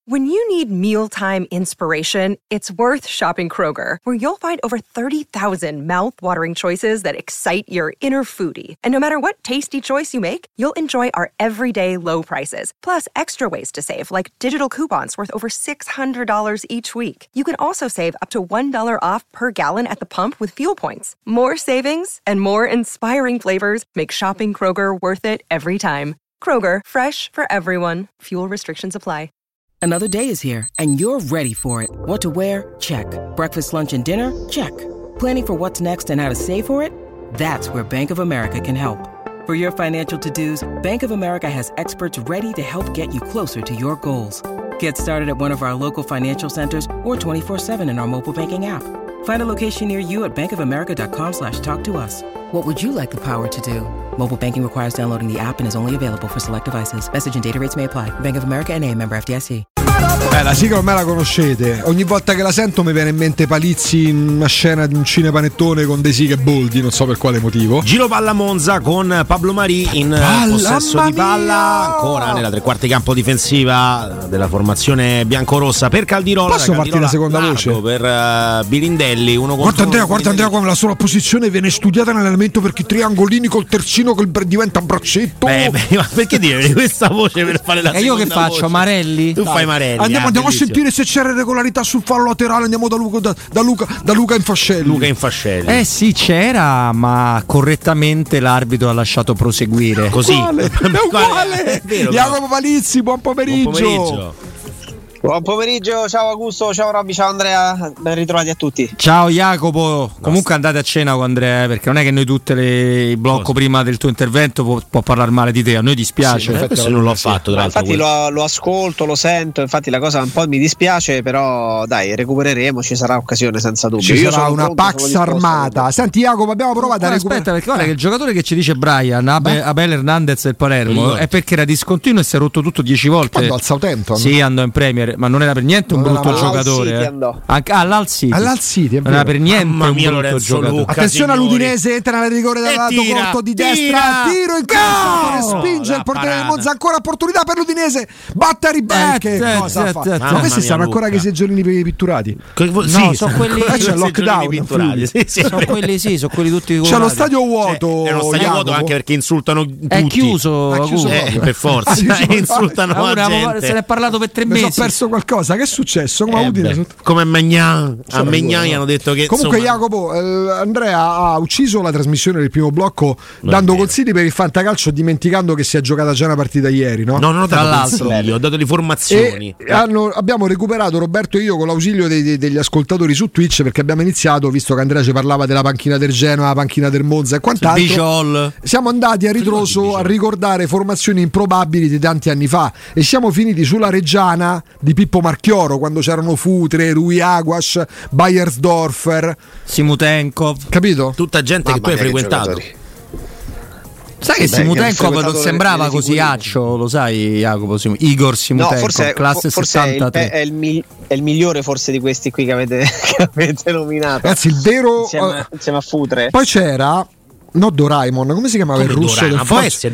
When you need mealtime inspiration, it's worth shopping Kroger, where you'll find over 30,000 mouth-watering choices that excite your inner foodie. And no matter what tasty choice you make, you'll enjoy our everyday low prices, plus extra ways to save, like digital coupons worth over $600 each week. You can also save up to $1 off per gallon at the pump with fuel points. More savings and more inspiring flavors make shopping Kroger worth it every time. Kroger, fresh for everyone. Fuel restrictions apply. Another day is here, and you're ready for it. What to wear? Check. Breakfast, lunch, and dinner? Check. Planning for what's next and how to save for it? That's where Bank of America can help. For your financial to-dos, Bank of America has experts ready to help get you closer to your goals. Get started at one of our local financial centers or 24/7 in our mobile banking app. Find a location near you at bankofamerica.com/talktous. What would you like the power to do? Mobile banking requires downloading the app and is only available for select devices. Message and data rates may apply. Bank of America N.A., member FDIC. La sigla ormai la conoscete. Ogni volta che la sento mi viene in mente Palizzi in una scena di un cinepanettone con De Sica e Boldi, non so per quale motivo. Giro palla Monza con Pablo Marì in possesso di palla, ancora nella tre quarti campo difensiva della formazione biancorossa per Caldirola. Posso partire la seconda voce? Per Birindelli, uno guarda Andrea come la sua posizione viene studiata nell'allenamento perché i triangolini col terzino che diventa un braccetto. Ma perché dire questa voce per fare la seconda io che faccio? Voce? Marelli? Tu fai Marelli. Andiamo a sentire se c'è regolarità sul fallo laterale. Andiamo da Luca Infascelli. Luca Infascelli. Sì, c'era, ma correttamente l'arbitro ha lasciato proseguire. Così. È uguale. Jacopo Palizzi, buon pomeriggio. Buon pomeriggio, ciao Augusto, ciao Robby, ciao Andrea, ben ritrovati a tutti. Ciao Jacopo, comunque andate a cena con Andrea, perché non è che noi il blocco prima del tuo intervento può parlare male di te, a noi dispiace. Sì, non l'ho fatto, tra l'altro. Infatti lo ascolto, lo sento, infatti la cosa un po' mi dispiace, però dai, recupereremo, ci sarà occasione senza dubbio. Ci sarà una Pax armata. Senti Jacopo, abbiamo provato a recuperare. Aspetta, perché guarda che il giocatore che ci dice Brian, Abel Hernandez del Palermo, è perché era discontinuo e si è rotto tutto 10 volte. Andò al Southampton. Sì, andò in Premier, ma non era per niente un brutto giocatore. All'Al City. Non era per niente un brutto giocatore. Attenzione all'Udinese, entra nel rigore dal lato corto di destra, tiro in campo, spinge il portiere del Monza, ancora opportunità per l'Udinese, batte a ribecche. Cosa fa? Ma questi stanno ancora che i seggiolini pitturati? No, sono quelli c'è il lockdown. Sono quelli tutti. C'è lo stadio vuoto. È uno stadio vuoto anche perché insultano tutti. È chiuso per forza. Insultano la gente. Se ne è parlato per 3 mesi. Ho perso qualcosa. Che è successo? Come a Magnan gli hanno detto che comunque Jacopo Andrea ha ucciso la trasmissione del primo blocco dando consigli per il fantacalcio, dimenticando che si è giocata già una partita ieri, no? No, non ho dato consigli, ho dato le formazioni. Abbiamo recuperato Roberto e io con l'ausilio degli ascoltatori su Twitch, perché abbiamo iniziato, visto che Andrea ci parlava della panchina del Genoa, la panchina del Monza e quant'altro, siamo andati a ritroso a ricordare formazioni improbabili di tanti anni fa e siamo finiti sulla Reggiana di Pippo Marchioro, quando c'erano Futre, Rui Aguas, Bayersdorfer, Simutenkov, capito? Tutta gente che tu hai frequentato. Sai che Simutenkov non sembrava così accio, lo sai Jacopo? Igor Simutenkov, classe forse 73. È il migliore forse di questi qui che avete nominato. Ragazzi, il vero insieme a Futre. Poi c'era Doraemon, come si chiamava il russo del Foggia?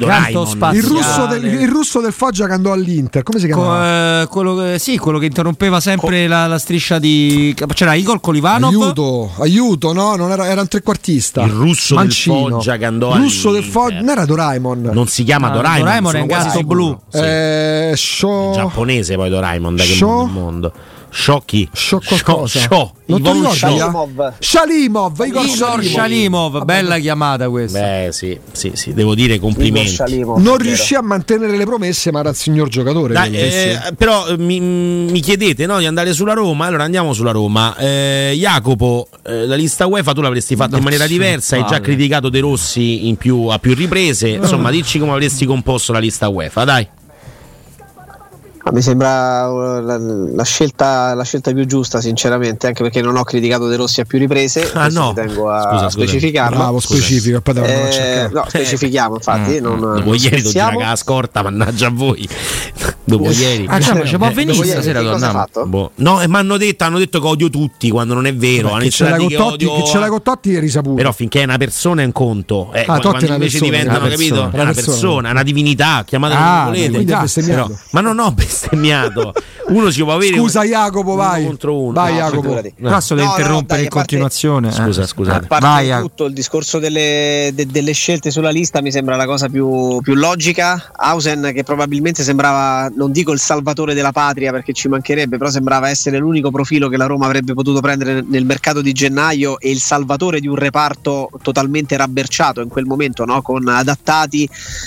Il russo del Foggia che andò all'Inter, come si chiamava? Quello che interrompeva sempre la striscia di. C'era Igor Kolivanov. Aiuto, no, non era un trequartista. Il russo Mancino. del Foggia che andò all'Inter. Il russo del Foggia non era Doraemon. Non si chiama Doraemon. Doraemon è un gatto blu. Giapponese poi Doraemon, da che mondo. Sciocchi. Non ti ricordi? Shalimov. Igor Shalimov, bella chiamata questa. Sì, devo dire complimenti. Non riuscì a mantenere le promesse, ma era il signor giocatore. Però mi chiedete, no, di andare sulla Roma, allora andiamo sulla Roma. Jacopo, la lista UEFA tu l'avresti fatta in maniera diversa, hai già criticato De Rossi a più riprese, insomma, dici come avresti composto la lista UEFA, dai. Mi sembra la scelta più giusta, sinceramente, anche perché non ho criticato De Rossi a più riprese. Tengo a specificarlo. Bravo, specifico. Specifichiamo, infatti. Non ieri tu gioca a scorta, mannaggia a voi. dopo ieri. Ci può venire stasera torniamo. No, ma hanno detto che odio tutti quando non è vero. Che ce l'ha con Totti è risaputo. Però finché è una persona è un conto. Totti è invece diventano, capito? È una persona, una divinità, chiamatela come volete. Però, ma non ho bestemmiato. Uno si può avere. Scusa Jacopo, vai. Contro uno. Vai Jacopo. Passo da interrompere in continuazione. Scusa. A parte tutto il discorso delle scelte sulla lista mi sembra la cosa più logica. Hausen, che probabilmente sembrava, non dico il salvatore della patria perché ci mancherebbe, però sembrava essere l'unico profilo che la Roma avrebbe potuto prendere nel mercato di gennaio e il salvatore di un reparto totalmente rabberciato in quel momento, no? Con adattati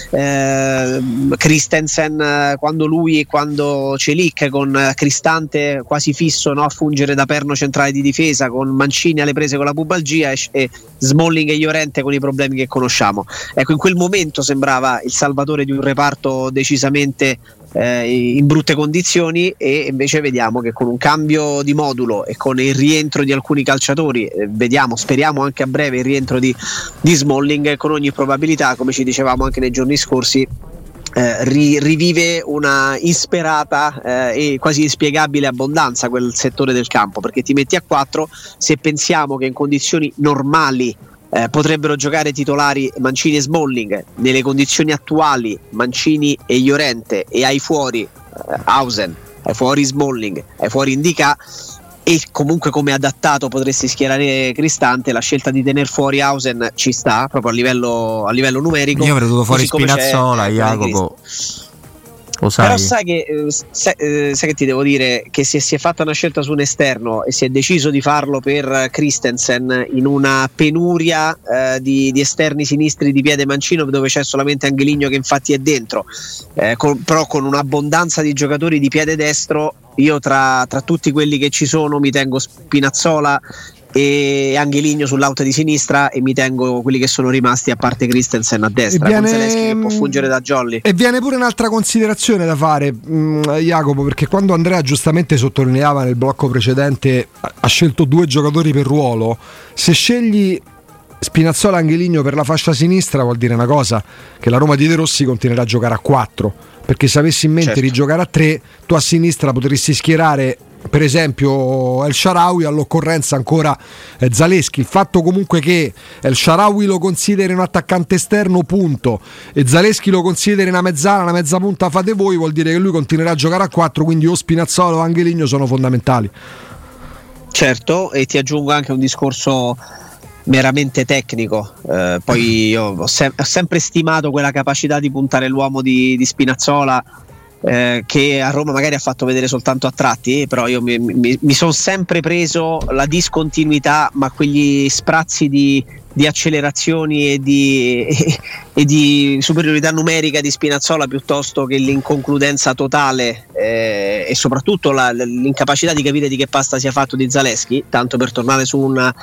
Christensen quando lui e quando Celic, con Cristante quasi fisso, no? A fungere da perno centrale di difesa, con Mancini alle prese con la pubalgia e Smalling e Llorente con i problemi che conosciamo. Ecco, in quel momento sembrava il salvatore di un reparto decisamente in brutte condizioni, e invece vediamo che con un cambio di modulo e con il rientro di alcuni calciatori, speriamo anche a breve il rientro di Smalling, con ogni probabilità, come ci dicevamo anche nei giorni scorsi, rivive una insperata e quasi inspiegabile abbondanza quel settore del campo, perché ti metti a 4, se pensiamo che in condizioni normali potrebbero giocare titolari Mancini e Smalling, nelle condizioni attuali Mancini e Llorente, e hai fuori Hausen, hai fuori Smalling, hai fuori Indica, e comunque come adattato potresti schierare Cristante, la scelta di tener fuori Hausen ci sta proprio a livello numerico. Io avrei dovuto fuori Spinazzola, Jacopo. Però sai che ti devo dire che se si è fatta una scelta su un esterno e si è deciso di farlo per Christensen in una penuria di esterni sinistri di piede mancino, dove c'è solamente Angeligno che infatti è dentro, però con un'abbondanza di giocatori di piede destro, io tra tutti quelli che ci sono mi tengo Spinazzola e Angeligno sull'auto di sinistra, e mi tengo quelli che sono rimasti a parte Christensen a destra, con Zaleschi che può fungere da jolly. E viene pure un'altra considerazione da fare, Jacopo, perché quando Andrea giustamente sottolineava nel blocco precedente ha scelto 2 giocatori per ruolo, se scegli Spinazzola e Angeligno per la fascia sinistra vuol dire una cosa, che la Roma di De Rossi continuerà a giocare a 4, perché se avessi in mente di giocare a 3, tu a sinistra potresti schierare per esempio El Shaarawy, all'occorrenza ancora Zaleschi. Il fatto comunque che El Shaarawy lo consideri un attaccante esterno, punto, e Zaleschi lo consideri una mezza punta, fate voi, vuol dire che lui continuerà a giocare a 4, quindi o Spinazzola o Angeligno sono fondamentali. Certo, e ti aggiungo anche un discorso meramente tecnico, poi io ho sempre stimato quella capacità di puntare l'uomo di Spinazzola, che a Roma magari ha fatto vedere soltanto a tratti, però io mi sono sempre preso la discontinuità, ma quegli sprazzi di accelerazioni e di superiorità numerica di Spinazzola, piuttosto che l'inconcludenza totale e soprattutto l'incapacità di capire di che pasta sia fatto di Zaleschi, tanto per tornare su una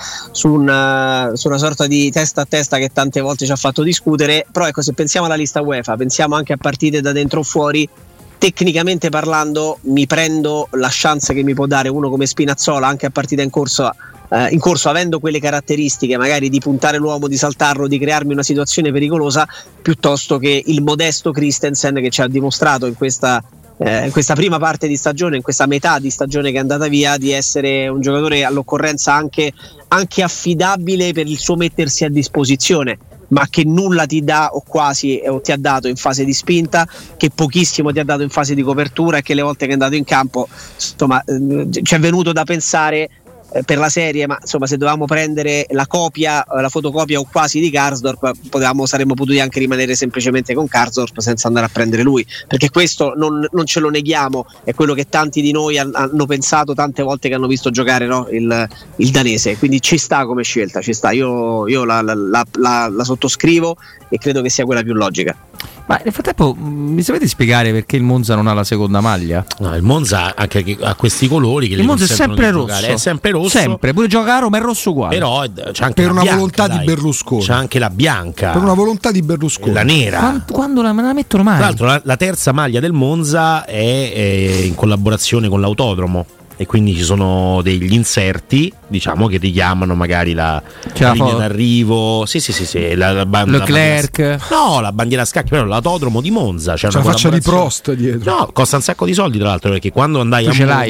sorta di testa a testa che tante volte ci ha fatto discutere. Però ecco, se pensiamo alla lista UEFA, pensiamo anche a partite da dentro o fuori, tecnicamente parlando mi prendo la chance che mi può dare uno come Spinazzola anche a partita in corso, avendo quelle caratteristiche magari di puntare l'uomo, di saltarlo, di crearmi una situazione pericolosa, piuttosto che il modesto Christensen, che ci ha dimostrato in questa prima parte di stagione, in questa metà di stagione che è andata via, di essere un giocatore all'occorrenza anche affidabile per il suo mettersi a disposizione, ma che nulla ti dà o quasi o ti ha dato in fase di spinta, che pochissimo ti ha dato in fase di copertura, e che le volte che è andato in campo, insomma, ci è venuto da pensare per la serie, ma insomma, se dovevamo prendere la copia, la fotocopia o quasi di Karsdorp, saremmo potuti anche rimanere semplicemente con Karsdorp senza andare a prendere lui, perché questo non ce lo neghiamo, è quello che tanti di noi hanno pensato tante volte che hanno visto giocare, no? il danese, quindi ci sta come scelta, ci sta, io la sottoscrivo e credo che sia quella più logica. Ma nel frattempo mi sapete spiegare perché il Monza non ha la seconda maglia? No, il Monza anche ha questi colori che il Monza è sempre rosso. È sempre rosso. Sempre, pure gioca a Roma è rosso uguale. Però c'è anche per una bianca, volontà di Berlusconi. C'è anche la bianca. Per una volontà di Berlusconi. La nera. Quando me la mettono mai? Tra l'altro la terza maglia del Monza è in collaborazione con l'Autodromo. e quindi ci sono degli inserti, diciamo, che richiamano magari la linea d'arrivo. Sì, la Leclerc. La bandiera a scacchi, però l'autodromo di Monza, c'è una faccia di Prost dietro. No, costa un sacco di soldi tra l'altro, perché quando andai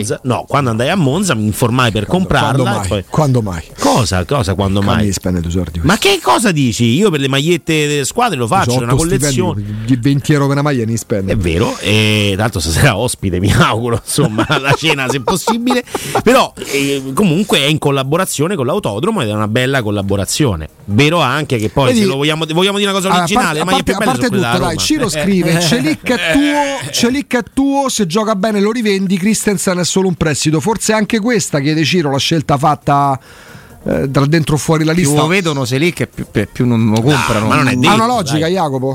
a Monza mi informai per comprarla. Quando mai? Cosa quando mai? Spende 2 soldi. Ma che cosa dici? Io per le magliette delle squadre lo faccio, è una collezione. 20 euro per una maglia ne spende. È vero, e tra l'altro stasera ospite, mi auguro, insomma, alla cena se possibile. Però comunque è in collaborazione con l'autodromo ed è una bella collaborazione. Vero anche che poi, se lo vogliamo dire una cosa originale, a parte tutto, dai, Ciro scrive: Celic è tuo, se gioca bene lo rivendi, Christensen è solo un prestito. Forse anche questa, chiede Ciro, la scelta fatta tra dentro o fuori la lista. Più lo vedono Celic e più non lo comprano. Ma non è detto, ha una logica, dai. Jacopo?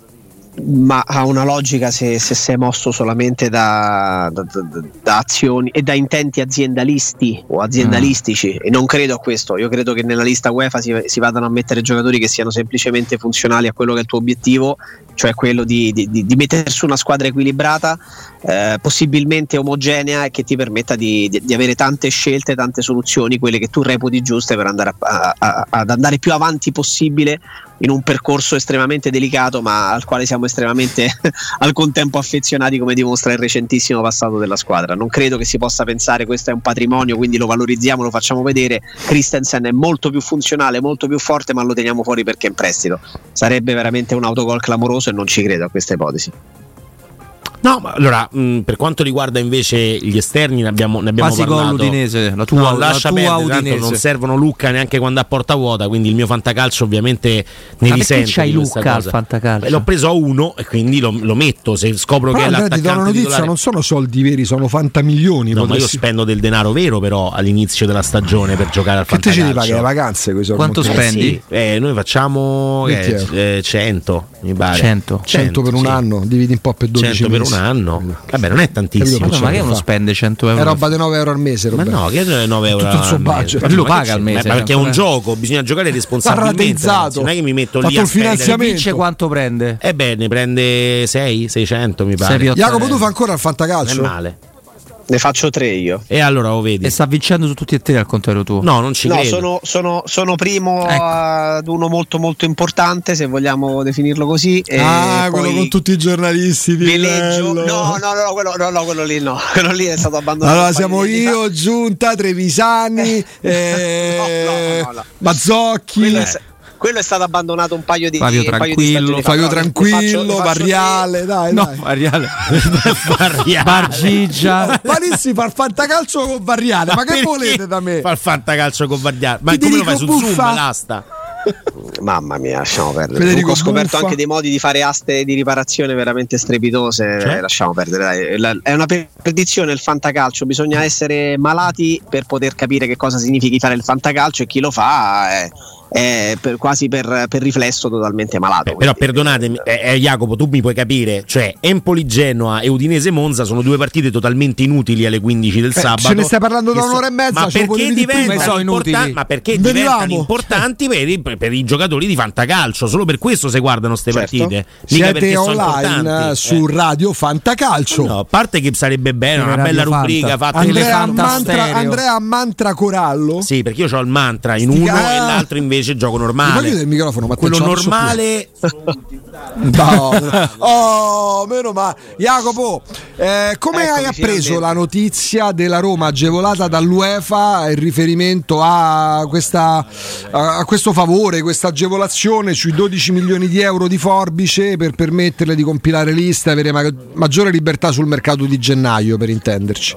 Ma ha una logica se sei mosso solamente da azioni e da intenti aziendalisti o aziendalistici, e non credo a questo. Io credo che nella lista UEFA si vadano a mettere giocatori che siano semplicemente funzionali a quello che è il tuo obiettivo, cioè quello di mettere su una squadra equilibrata, possibilmente omogenea, e che ti permetta di avere tante scelte, tante soluzioni, quelle che tu reputi giuste per andare ad andare più avanti possibile in un percorso estremamente delicato, ma al quale siamo estremamente al contempo affezionati, come dimostra il recentissimo passato della squadra. Non credo che si possa pensare questo è un patrimonio, quindi lo valorizziamo, lo facciamo vedere. Christensen è molto più funzionale, molto più forte, ma lo teniamo fuori perché è in prestito. Sarebbe veramente un autogol clamoroso e non ci credo a questa ipotesi. No, ma allora, per quanto riguarda invece gli esterni, ne abbiamo parlato. L'Udinese, la tua perdere, tanto non servono Lucca neanche quando ha porta vuota, quindi il mio fantacalcio ovviamente ne risente. Perché c'hai Lucca al fantacalcio? L'ho preso a 1 e quindi lo metto, se scopro però che è l'attaccante ti do una notizia, titolare. Non sono soldi veri, sono fantamilioni. No, ma io spendo del denaro vero però all'inizio della stagione per giocare al fantacalcio. Che te ci devi pagare le vacanze quei soldi? Quanto spendi? Noi facciamo 100, mi pare. 100 per un anno, dividi un po' per 12 100 mesi. Per un anno. Vabbè, non è tantissimo. Ma che uno spende 100 euro? È roba di 9 euro al mese, Roberto. Ma no, che è 9 euro tutto il suo budget. Ma lui lo paga al mese. Ma perché è un gioco, bisogna giocare responsabilmente. Non è che mi metto lì a il finanziamento. Dice quanto prende? Ne prende 600 mi pare. Jacopo, tu fai ancora il fantacalcio? Non è male. Ne faccio 3 io. E allora lo vedi. E sta vincendo su tutti e 3 al contrario tuo. No, non ci credo. Sono primo ad uno molto molto importante, se vogliamo definirlo così. Quello con tutti i giornalisti di No, quello lì no. Quello lì è stato abbandonato. Allora siamo io, Giunta, Trevisani, Mazzocchi. Quello è stato abbandonato un paio di Fabio Tranquillo, Varriale, dai. Varriale. Bargigia. Parissi fa il fantacalcio con Varriale, ma che volete da me? Fa il fantacalcio con Varriale. Ma come lo fai su Zoom, l'asta? Mamma mia, lasciamo perdere. Federico ho scoperto Buffa. Anche dei modi di fare aste di riparazione veramente strepitose. Lasciamo perdere, dai. È una perdizione il fantacalcio. Bisogna essere malati per poter capire che cosa significhi fare il fantacalcio, e chi lo fa è quasi per riflesso totalmente malato. Però perdonatemi, Jacopo, tu mi puoi capire, cioè Empoli-Genoa e Udinese-Monza sono 2 partite totalmente inutili alle 15 del sabato. Ce ne stai parlando da un'ora e mezza. Ma perché diventano importanti per i giocatori di fantacalcio? Solo per questo si guardano queste partite. Mica siete online su Radio Fantacalcio. No, a parte che sarebbe bene una bella rubrica fatta. Andrea Mantra Corallo. Sì, perché io ho il mantra in uno e l'altro invece gioco normale. Il microfono, ma quello normale. Meno male. Jacopo, come hai appreso la notizia della Roma agevolata dall'UEFA in riferimento a questo favore, questa agevolazione sui 12 milioni di euro di forbice per permetterle di compilare liste e avere maggiore libertà sul mercato di gennaio, per intenderci?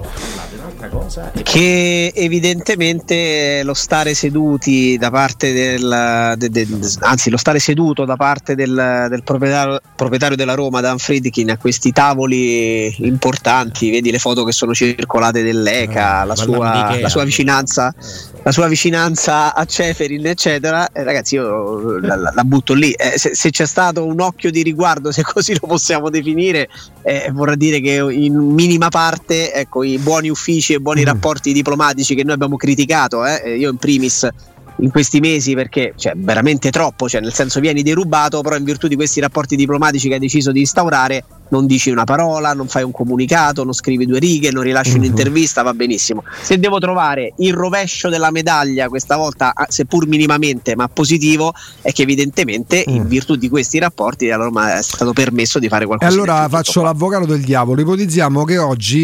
Che evidentemente lo stare seduti da parte lo stare seduto da parte del proprietario della Roma, Dan Friedkin, a questi tavoli importanti, vedi le foto che sono circolate dell'ECA, la sua vicinanza a Ceferin, eccetera. Ragazzi, io la butto lì. Se c'è stato un occhio di riguardo, se così lo possiamo definire, vorrà dire che in minima parte, ecco, i buoni uffici e buoni rapporti diplomatici che noi abbiamo criticato, io in primis in questi mesi, perché veramente troppo, nel senso vieni derubato, però in virtù di questi rapporti diplomatici che hai deciso di instaurare non dici una parola, non fai un comunicato, non scrivi 2 righe, non rilasci un'intervista, va benissimo. Se devo trovare il rovescio della medaglia questa volta, seppur minimamente ma positivo, è che evidentemente in virtù di questi rapporti alla Roma è stato permesso di fare qualcosa. E allora faccio l'avvocato del diavolo, ipotizziamo che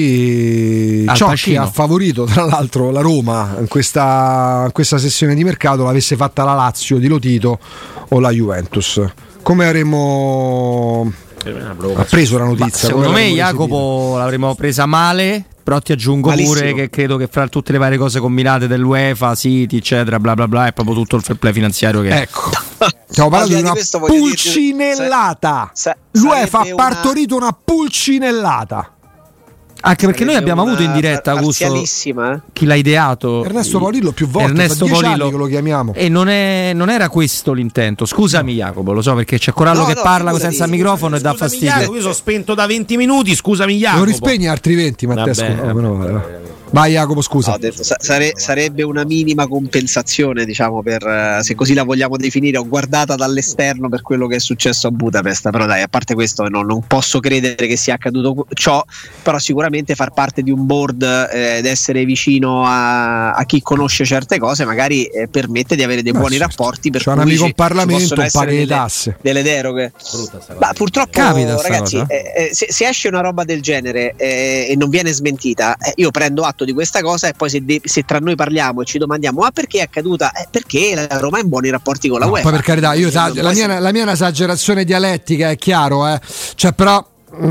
oggi ciò che ha favorito tra l'altro la Roma in questa sessione di mercato l'avesse fatta la Lazio di Lotito o la Juventus. Come avremmo preso la notizia? Secondo me Jacopo l'avremmo presa male, però ti aggiungo pure che credo che fra tutte le varie cose combinate dell'UEFA, City eccetera bla bla bla, è proprio tutto il fair play finanziario che ecco. Stiamo parlando di una pulcinellata. L'UEFA ha partorito una pulcinellata. Anche perché noi abbiamo avuto in diretta Augusto chi l'ha ideato, Ernesto Paolillo, più volte, Ernesto Paolillo, che lo chiamiamo, e non era questo l'intento. Scusami Jacopo, lo so perché c'è Corallo che parla senza microfono e dà fastidio. Jacopo, io sono spento da 20 minuti, scusami Jacopo. Non rispegni altri 20 Matteo. Vai Jacopo, scusa. No, detto, sarebbe una minima compensazione, diciamo, per se così la vogliamo definire, o guardata dall'esterno per quello che è successo a Budapest. Però dai, a parte questo non posso credere che sia accaduto ciò, però sicuramente far parte di un board ed essere vicino a chi conosce certe cose magari permette di avere dei buoni rapporti, per c'è un amico in Parlamento, paga le tasse, delle deroghe. Ma purtroppo capita, ragazzi, se esce una roba del genere e non viene smentita, io prendo atto di questa cosa, e poi se tra noi parliamo e ci domandiamo ma perché è accaduta, perché la Roma è in buoni rapporti con la UEFA. Poi per carità, io la mia è un'esagerazione dialettica, è ci cioè però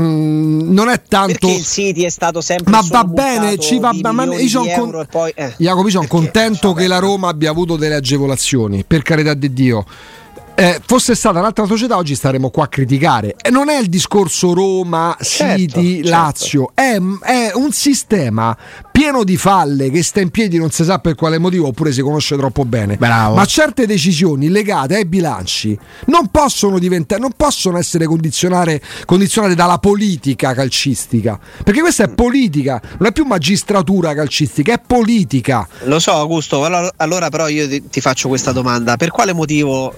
non è tanto perché il City è stato sempre ma va bene, ci va bene. Io sono Jacopo, sono contento che la Roma abbia avuto delle agevolazioni, per carità di Dio. Fosse stata un'altra società oggi staremmo qua a criticare, e non è il discorso Roma, City, Lazio, è un sistema pieno di falle che sta in piedi non si sa per quale motivo, oppure si conosce troppo bene. Bravo. Ma certe decisioni legate ai bilanci non possono essere condizionate dalla politica calcistica, perché questa è politica, non è più magistratura calcistica, è politica. Lo so Augusto, allora però io ti faccio questa domanda: per quale motivo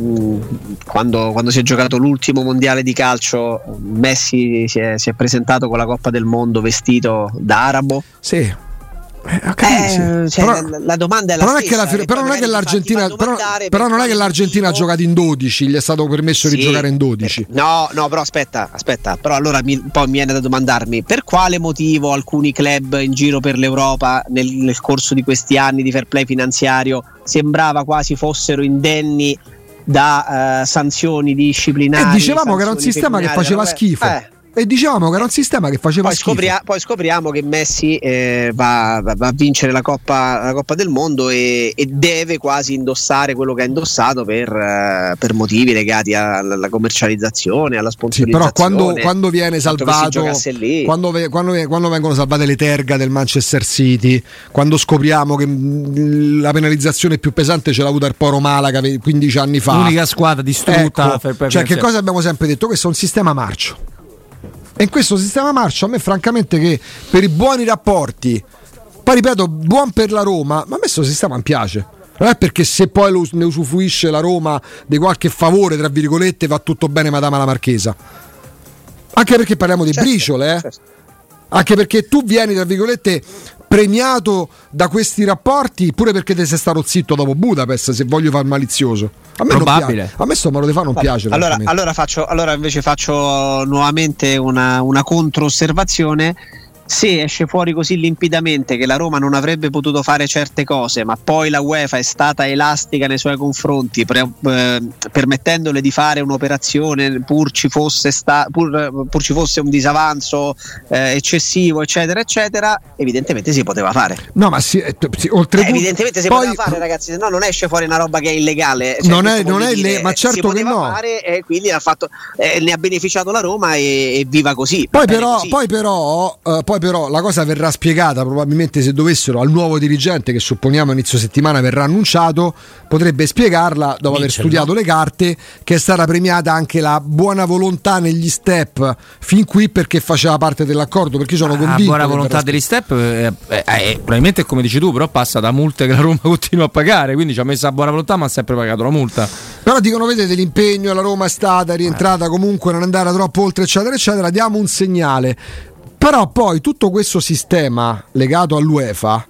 quando si è giocato l'ultimo mondiale di calcio Messi si è presentato con la Coppa del Mondo vestito da arabo? Sì. La domanda è la stessa. Però non è che l'Argentina ha giocato in 12, gli è stato permesso di giocare in 12. No, però aspetta. Però allora poi mi viene da domandarmi per quale motivo alcuni club in giro per l'Europa nel corso di questi anni di fair play finanziario sembrava quasi fossero indenni da sanzioni disciplinari. E dicevamo che era un sistema che faceva schifo. Poi scopriamo che Messi va a vincere la Coppa del Mondo e deve quasi indossare quello che ha indossato per motivi legati alla commercializzazione, alla sponsorizzazione. Però quando viene salvato, quando vengono salvate le terga del Manchester City, quando scopriamo che la penalizzazione più pesante ce l'ha avuta il Poro Malaga 15 anni fa, l'unica squadra distrutta, cioè che cosa abbiamo sempre detto? Questo è un sistema marcio. E in questo sistema marcio a me francamente, che per i buoni rapporti, poi ripeto, buon per la Roma, ma a me questo sistema mi piace. Non è perché se poi ne usufruisce la Roma di qualche favore, tra virgolette, va tutto bene Madama la Marchesa. Anche perché parliamo di briciole, Anche perché tu vieni, tra virgolette, premiato da questi rapporti pure perché te sei stato zitto dopo Budapest, se voglio far malizioso. A me probabile. A me sto modo di fare non piace. Allora invece faccio nuovamente una controosservazione. Se esce fuori così limpidamente che la Roma non avrebbe potuto fare certe cose, ma poi la UEFA è stata elastica nei suoi confronti, permettendole di fare un'operazione pur ci fosse un disavanzo eccessivo, eccetera eccetera, evidentemente si poteva fare. No, ma oltretutto evidentemente si poteva fare, ragazzi, se no non esce fuori una roba che è illegale, cioè, non è ma certo che no, fare, e quindi l'ha fatto, ne ha beneficiato la Roma e viva così. Poi però poi però la cosa verrà spiegata probabilmente, se dovessero, al nuovo dirigente, che supponiamo inizio settimana verrà annunciato, potrebbe spiegarla dopo aver studiato le carte, che è stata premiata anche la buona volontà negli step fin qui, perché faceva parte dell'accordo, perché sono convinto. La buona volontà degli step probabilmente, come dici tu, però passa da multe che la Roma continua a pagare, quindi ci ha messo la buona volontà ma ha sempre pagato la multa. Però dicono, vedete l'impegno, la Roma è stata rientrata comunque, non andare troppo oltre, eccetera eccetera, diamo un segnale. Però poi tutto questo sistema legato all'UEFA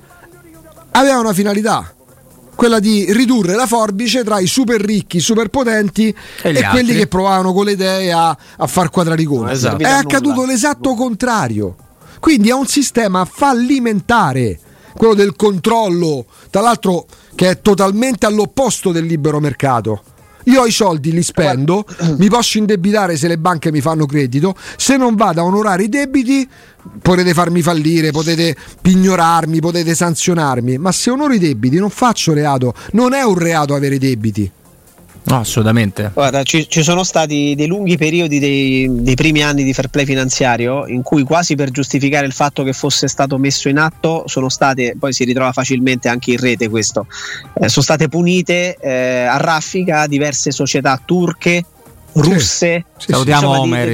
aveva una finalità, quella di ridurre la forbice tra i super ricchi, super potenti e quelli che provavano con le idee a far quadrare i conti. Esatto. È accaduto l'esatto contrario, quindi è un sistema fallimentare quello del controllo, tra l'altro, che è totalmente all'opposto del libero mercato. Io ho i soldi, li spendo, mi posso indebitare se le banche mi fanno credito, se non vado a onorare i debiti potete farmi fallire, potete pignorarmi, potete sanzionarmi, ma se onoro i debiti non faccio reato, non è un reato avere debiti. No, assolutamente. Guarda, ci sono stati dei lunghi periodi dei primi anni di fair play finanziario in cui, quasi per giustificare il fatto che fosse stato messo in atto, sono state, poi si ritrova facilmente anche in rete questo, sono state punite a raffica diverse società turche, russe, salutiamo Omer,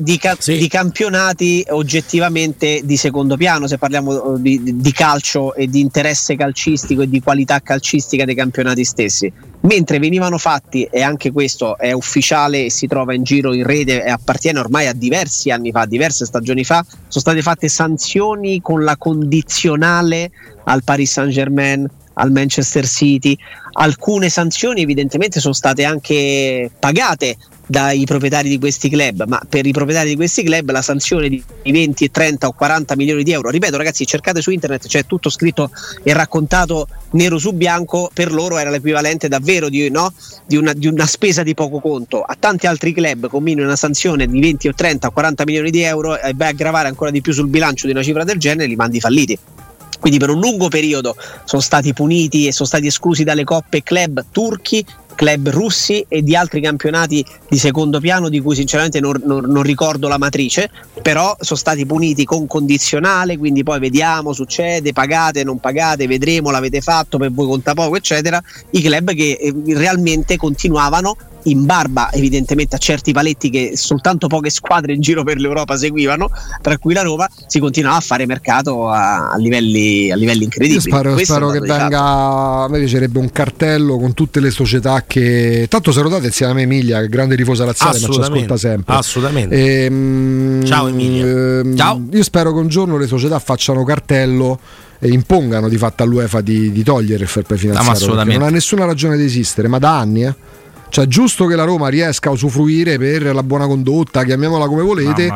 di campionati oggettivamente di secondo piano, se parliamo di calcio e di interesse calcistico e di qualità calcistica dei campionati stessi, mentre venivano fatti, e anche questo è ufficiale e si trova in giro in rete e appartiene ormai a diversi anni fa, diverse stagioni fa, sono state fatte sanzioni con la condizionale al Paris Saint-Germain, al Manchester City. Alcune sanzioni evidentemente sono state anche pagate dai proprietari di questi club, ma per i proprietari di questi club la sanzione di 20, 30 o 40 milioni di euro, ripeto ragazzi, cercate su internet, c'è tutto scritto e raccontato nero su bianco, per loro era l'equivalente davvero di una spesa di poco conto. A tanti altri club combini una sanzione di 20 o 30 o 40 milioni di euro e vai a gravare ancora di più sul bilancio di una cifra del genere, li mandi falliti. Quindi per un lungo periodo sono stati puniti e sono stati esclusi dalle coppe club turchi, club russi e di altri campionati di secondo piano di cui sinceramente non ricordo la matrice, però sono stati puniti con condizionale, quindi poi vediamo, succede, pagate, non pagate, vedremo, l'avete fatto, per voi conta poco, eccetera. I club che realmente continuavano, in barba evidentemente a certi paletti che soltanto poche squadre in giro per l'Europa seguivano, tra cui la Roma, si continuava a fare mercato a livelli incredibili. Io spero che venga, a me piacerebbe un cartello con tutte le società che, tanto salutate insieme a me Emilia, che è grande tifosa laziale, ma ci ascolta sempre. Assolutamente. Ciao Emilia. Ciao. Io spero che un giorno le società facciano cartello e impongano di fatto all'UEFA di togliere il fair play finanziario, perché non ha nessuna ragione di esistere, ma da anni cioè, giusto che la Roma riesca a usufruire per la buona condotta, chiamiamola come volete,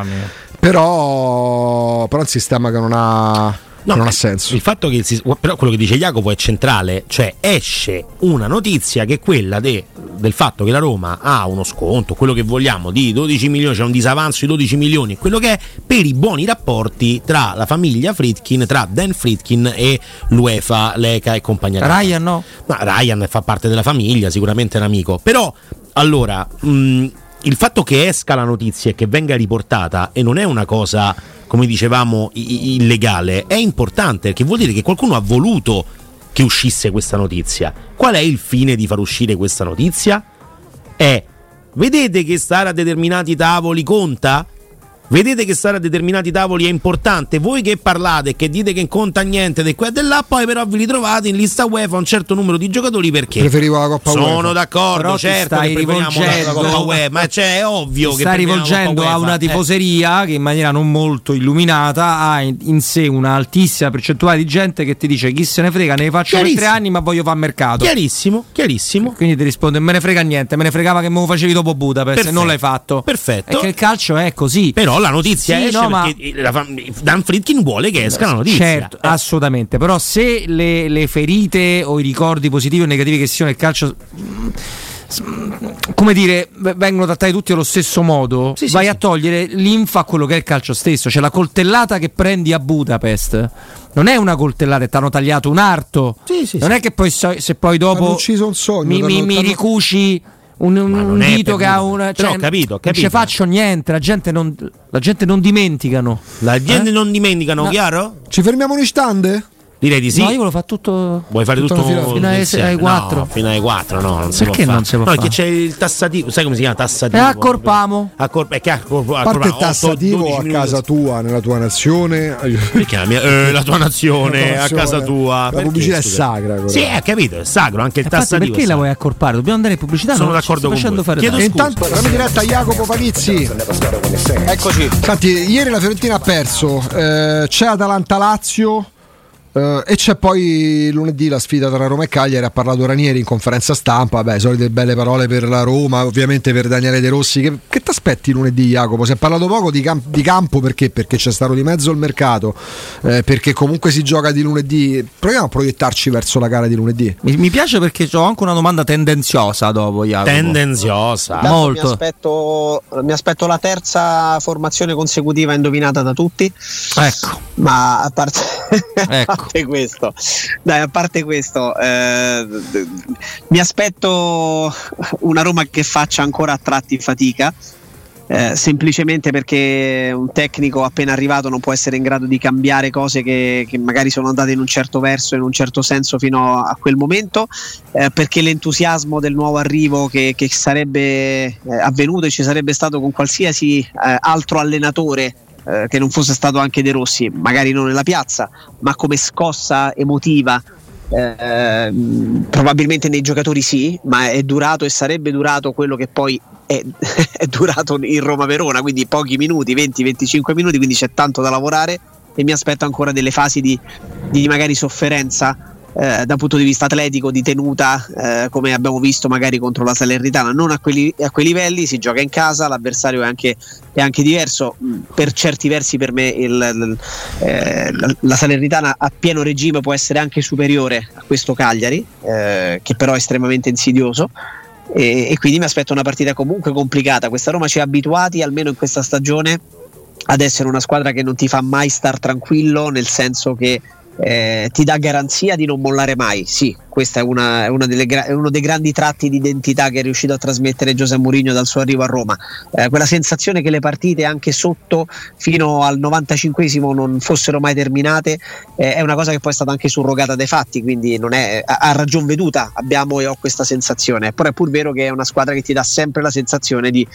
però il sistema che non ha senso. Il fatto che però quello che dice Jacopo è centrale, cioè esce una notizia che è quella del fatto che la Roma ha uno sconto, quello che vogliamo, di 12 milioni, c'è un disavanzo di 12 milioni, quello che è per i buoni rapporti tra la famiglia Friedkin, tra Dan Friedkin e l'UEFA, l'ECA e compagnia. Ryan no? Ma Ryan fa parte della famiglia, sicuramente è un amico, però allora il fatto che esca la notizia e che venga riportata e non è una cosa, come dicevamo, illegale, è importante, perché vuol dire che qualcuno ha voluto che uscisse questa notizia. Qual è il fine di far uscire questa notizia? Vedete che stare a determinati tavoli conta? Vedete che stare a determinati tavoli è importante? Voi che parlate e che dite che non conta niente di qua e di là, poi però vi ritrovate in lista UEFA un certo numero di giocatori, perché preferivo la Coppa UEFA. Sono d'accordo, però certo che preferiamo la Coppa UEFA, ma è ovvio che stai rivolgendo a una tifoseria che in maniera non molto illuminata ha in sé una altissima percentuale di gente che ti dice chi se ne frega, ne faccio per 3 anni ma voglio fare mercato. Chiarissimo. Quindi ti risponde me ne frega niente, me ne fregava che me lo facevi dopo Budapest e non l'hai fatto. Perfetto. E che il calcio è così. Però la notizia esce perché Dan Friedkin vuole che esca la notizia. Certo, assolutamente. Però se le ferite o i ricordi positivi o negativi che siano nel calcio, come dire, vengono trattati tutti allo stesso modo, vai a togliere l'infa a quello che è il calcio stesso. Cioè la coltellata che prendi a Budapest non è una coltellata e ti hanno tagliato un arto. Non è che poi se poi dopo ucciso un sogno, mi ricuci un dito che ha un... Cioè, ho capito. Non ci faccio niente, la gente non dimenticano. La gente non dimenticano, chiaro? Ci fermiamo in istante? Direi di sì. No, io lo fa tutto. Vuoi fare tutto fino ai 4? No, fino ai 4, no, non si perché può non si può fare? fare? No, perché c'è il tassativo, sai come si chiama? Tassativo. Accorpamo. A parte il tassativo a casa tua, nella tua nazione. Perché la tua nazione, a casa tua. La pubblicità è sacra. Però. Sì, capito, è sacro anche il tassativo. Perché la vuoi accorpare? Dobbiamo andare in pubblicità. Sono d'accordo con voi. Fare e intanto andiamo in diretta a Jacopo Palizzi. Eccoci. Senti, ieri la Fiorentina ha perso. C'è Atalanta-Lazio. E c'è poi lunedì la sfida tra Roma e Cagliari. Ha parlato Ranieri in conferenza stampa. Solite belle parole per la Roma, ovviamente per Daniele De Rossi. Che ti aspetti lunedì, Jacopo? Si è parlato poco di campo perché c'è stato di mezzo il mercato, perché comunque si gioca di lunedì. Proviamo a proiettarci verso la gara di lunedì. Mi piace perché ho anche una domanda tendenziosa dopo, Jacopo. Tendenziosa. Molto. Mi aspetto la terza formazione consecutiva indovinata da tutti. Ecco. Ma a parte ecco. A parte questo, mi aspetto una Roma che faccia ancora a tratti fatica, semplicemente perché un tecnico appena arrivato non può essere in grado di cambiare cose che magari sono andate in un certo verso, in un certo senso fino a quel momento, perché l'entusiasmo del nuovo arrivo che sarebbe avvenuto e ci sarebbe stato con qualsiasi altro allenatore che non fosse stato anche De Rossi, magari non nella piazza, ma come scossa emotiva, probabilmente nei giocatori sì, ma è durato e sarebbe durato quello che poi è durato in Roma-Verona, quindi pochi minuti, 20-25 minuti, quindi c'è tanto da lavorare e mi aspetto ancora delle fasi di magari sofferenza dal punto di vista atletico, di tenuta, come abbiamo visto magari contro la Salernitana, non a quei livelli. Si gioca in casa, l'avversario è anche diverso, per certi versi per me la Salernitana a pieno regime può essere anche superiore a questo Cagliari, che però è estremamente insidioso, e quindi mi aspetto una partita comunque complicata. Questa Roma ci ha abituati, almeno in questa stagione, ad essere una squadra che non ti fa mai star tranquillo, nel senso che ti dà garanzia di non mollare mai. Sì, questa è uno dei grandi tratti di identità che è riuscito a trasmettere José Mourinho dal suo arrivo a Roma, quella sensazione che le partite anche sotto fino al 95esimo non fossero mai terminate, è una cosa che poi è stata anche surrogata dai fatti, quindi non è a ragion veduta abbiamo e ho questa sensazione, però è pur vero che è una squadra che ti dà sempre la sensazione di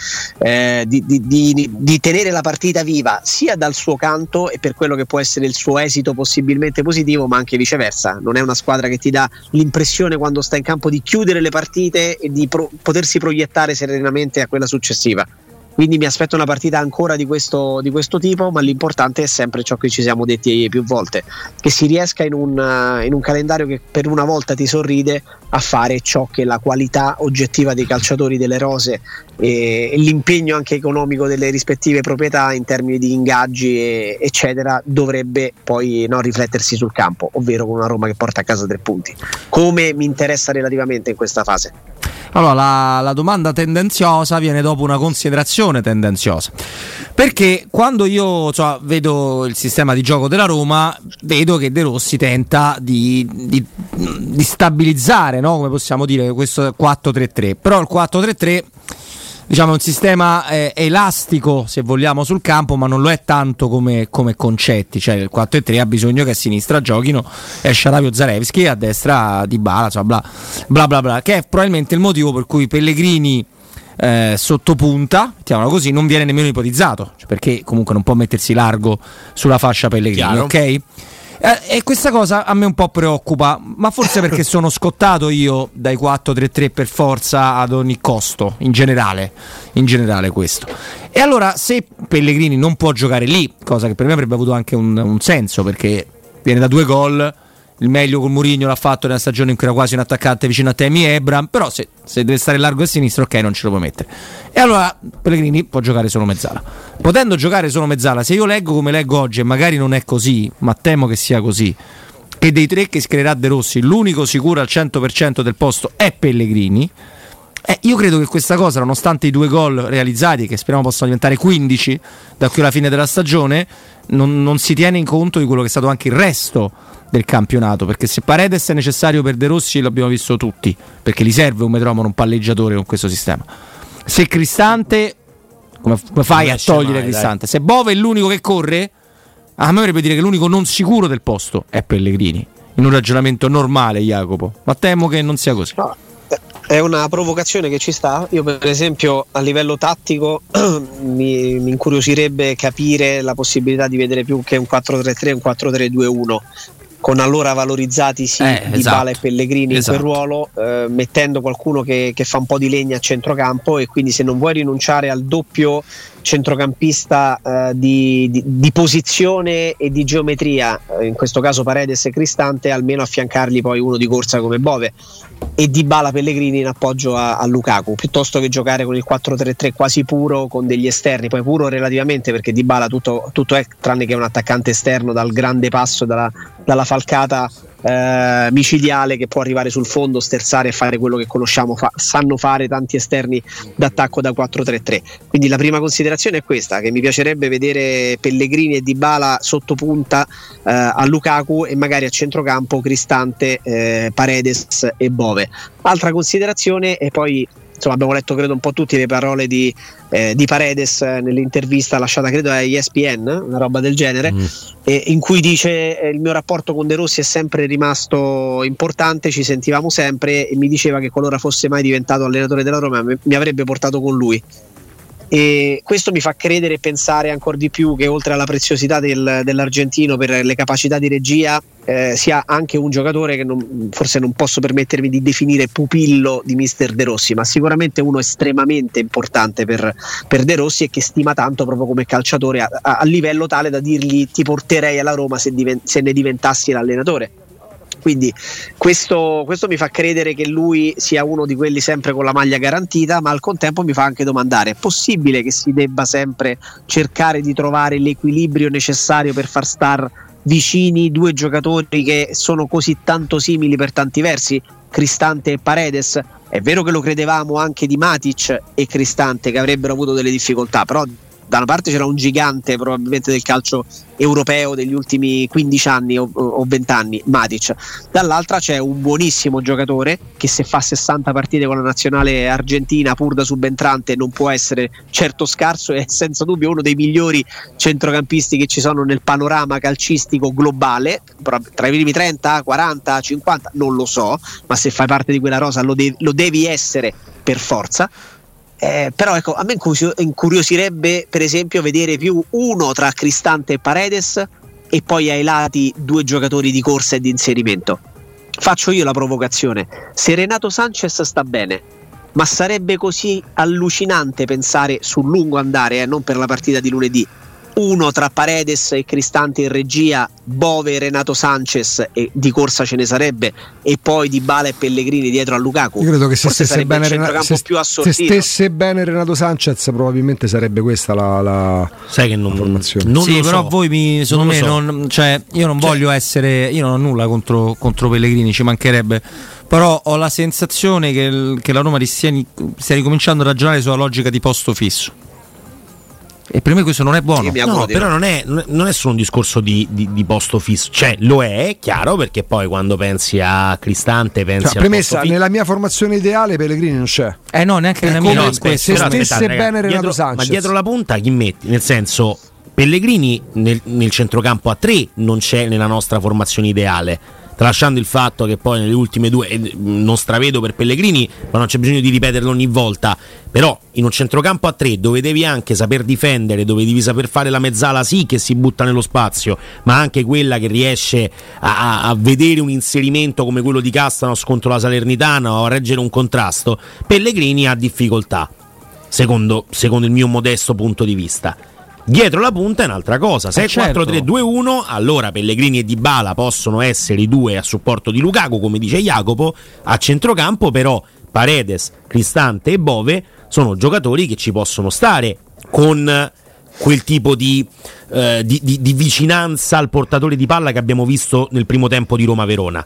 tenere la partita viva, sia dal suo canto e per quello che può essere il suo esito possibilmente positivo, ma anche viceversa. Non è una squadra che ti dà l'impressione quando sta in campo di chiudere le partite e di potersi proiettare serenamente a quella successiva. Quindi mi aspetto una partita ancora di questo tipo, ma l'importante è sempre ciò che ci siamo detti più volte, che si riesca in un calendario che per una volta ti sorride a fare ciò che la qualità oggettiva dei calciatori, delle rose e l'impegno anche economico delle rispettive proprietà in termini di ingaggi eccetera dovrebbe poi riflettersi sul campo, ovvero con una Roma che porta a casa 3 punti, come mi interessa relativamente in questa fase. Allora, la domanda tendenziosa viene dopo una considerazione tendenziosa, perché quando io vedo il sistema di gioco della Roma, vedo che De Rossi tenta di stabilizzare, no? Come possiamo dire, questo 4-3-3, però il 4-3-3 diciamo è un sistema elastico se vogliamo sul campo, ma non lo è tanto come concetti. Cioè il 4-3 ha bisogno che a sinistra giochino Sharavio Zarevski e a destra Dybala, bla bla bla bla, che è probabilmente il motivo per cui Pellegrini sottopunta, mettiamolo così, non viene nemmeno ipotizzato, perché comunque non può mettersi largo sulla fascia Pellegrini. Chiaro. Ok? E questa cosa a me un po' preoccupa, ma forse perché sono scottato io dai 4-3-3 per forza ad ogni costo, in generale questo. E allora se Pellegrini non può giocare lì, cosa che per me avrebbe avuto anche un senso, perché viene da 2 gol, il meglio con Mourinho l'ha fatto nella stagione in cui era quasi un attaccante vicino a Tammy Abraham, però se deve stare largo a sinistra, ok, non ce lo puoi mettere. E allora Pellegrini può giocare solo mezzala. Potendo giocare solo mezzala, se io leggo come leggo oggi, e magari non è così, ma temo che sia così, che dei 3 che schiererà De Rossi l'unico sicuro al 100% del posto è Pellegrini, Io credo che questa cosa, nonostante i 2 gol realizzati, che speriamo possano diventare 15 da qui alla fine della stagione, non si tiene in conto di quello che è stato anche il resto del campionato, perché se Paredes è necessario per De Rossi l'abbiamo visto tutti, perché gli serve un metronomo, un palleggiatore con questo sistema. Se Cristante, come fai a togliere Cristante? Se Bove è l'unico che corre, a me vorrebbe dire che l'unico non sicuro del posto è Pellegrini, in un ragionamento normale, Jacopo, ma temo che non sia così. No. È una provocazione che ci sta. Io per esempio a livello tattico mi incuriosirebbe capire la possibilità di vedere più che un 4-3-3, un 4-3-2-1, con allora valorizzati Dybala e Pellegrini in quel ruolo, mettendo qualcuno che fa un po' di legna a centrocampo, e quindi se non vuoi rinunciare al doppio centrocampista di posizione e di geometria, in questo caso Paredes e Cristante, almeno affiancargli poi uno di corsa come Bove e Dybala Pellegrini in appoggio a Lukaku, piuttosto che giocare con il 4-3-3 quasi puro con degli esterni, poi puro relativamente perché Dybala tutto è tranne che un attaccante esterno dal grande passo, dalla falcata micidiale che può arrivare sul fondo, sterzare e fare quello che conosciamo sanno fare tanti esterni d'attacco da 4-3-3. Quindi la prima considerazione è questa, che mi piacerebbe vedere Pellegrini e Dybala sotto punta a Lukaku e magari a centrocampo Cristante, Paredes e Bove. Altra considerazione, e poi insomma abbiamo letto credo un po' tutti le parole di Paredes nell'intervista lasciata credo a ESPN, una roba del genere, in cui dice il mio rapporto con De Rossi è sempre rimasto importante, ci sentivamo sempre, e mi diceva che qualora fosse mai diventato allenatore della Roma mi avrebbe portato con lui. E questo mi fa credere e pensare ancora di più che oltre alla preziosità dell'argentino per le capacità di regia, sia anche un giocatore che forse non posso permettermi di definire pupillo di mister De Rossi, ma sicuramente uno estremamente importante per De Rossi e che stima tanto proprio come calciatore, a livello tale da dirgli ti porterei alla Roma se ne diventassi l'allenatore. Quindi questo mi fa credere che lui sia uno di quelli sempre con la maglia garantita, ma al contempo mi fa anche domandare: è possibile che si debba sempre cercare di trovare l'equilibrio necessario per far star vicini 2 giocatori che sono così tanto simili per tanti versi, Cristante e Paredes? È vero che lo credevamo anche di Matic e Cristante, che avrebbero avuto delle difficoltà, però da una parte c'era un gigante probabilmente del calcio europeo degli ultimi 15 anni o 20 anni, Matic, dall'altra c'è un buonissimo giocatore che se fa 60 partite con la nazionale argentina pur da subentrante non può essere certo scarso, è senza dubbio uno dei migliori centrocampisti che ci sono nel panorama calcistico globale, tra i primi 30, 40, 50 non lo so, ma se fai parte di quella rosa lo devi essere per forza. Però ecco, a me incuriosirebbe per esempio vedere più uno tra Cristante e Paredes e poi ai lati 2 giocatori di corsa e di inserimento. Faccio io la provocazione: se Renato Sanchez sta bene, ma sarebbe così allucinante pensare sul lungo andare, non per la partita di lunedì, uno tra Paredes e Cristante in regia, Bove e Renato Sanchez, e di corsa ce ne sarebbe, e poi Dybala e Pellegrini dietro a Lukaku? Io credo che se stesse bene Renato Sanchez probabilmente sarebbe questa la sai che non formazione. Non sì, lo però so. voi secondo me io non voglio essere, io non ho nulla contro Pellegrini, ci mancherebbe, però ho la sensazione che la Roma stia ricominciando a ragionare sulla logica di posto fisso. E per me questo non è buono. No, però non è solo un discorso di posto fisso, cioè lo è chiaro, perché poi quando pensi a Cristante pensi a premessa, nella mia formazione ideale Pellegrini non c'è. No, neanche nella mia. Se stesse bene Renato Sanchez. Ma dietro la punta chi metti? Nel senso, Pellegrini nel centrocampo a 3 non c'è nella nostra formazione ideale. Tralasciando il fatto che poi nelle ultime 2 non stravedo per Pellegrini, ma non c'è bisogno di ripeterlo ogni volta. Però in un centrocampo a 3 dove devi anche saper difendere, dove devi saper fare la mezzala sì che si butta nello spazio, ma anche quella che riesce a vedere un inserimento come quello di Castanos contro la Salernitana o a reggere un contrasto, Pellegrini ha difficoltà, secondo il mio modesto punto di vista. Dietro la punta è un'altra cosa. Se è 4-3-2-1, allora Pellegrini e Dybala possono essere i 2 a supporto di Lukaku, come dice Jacopo. A centrocampo però Paredes, Cristante e Bove sono giocatori che ci possono stare con quel tipo di vicinanza al portatore di palla che abbiamo visto nel primo tempo di Roma-Verona.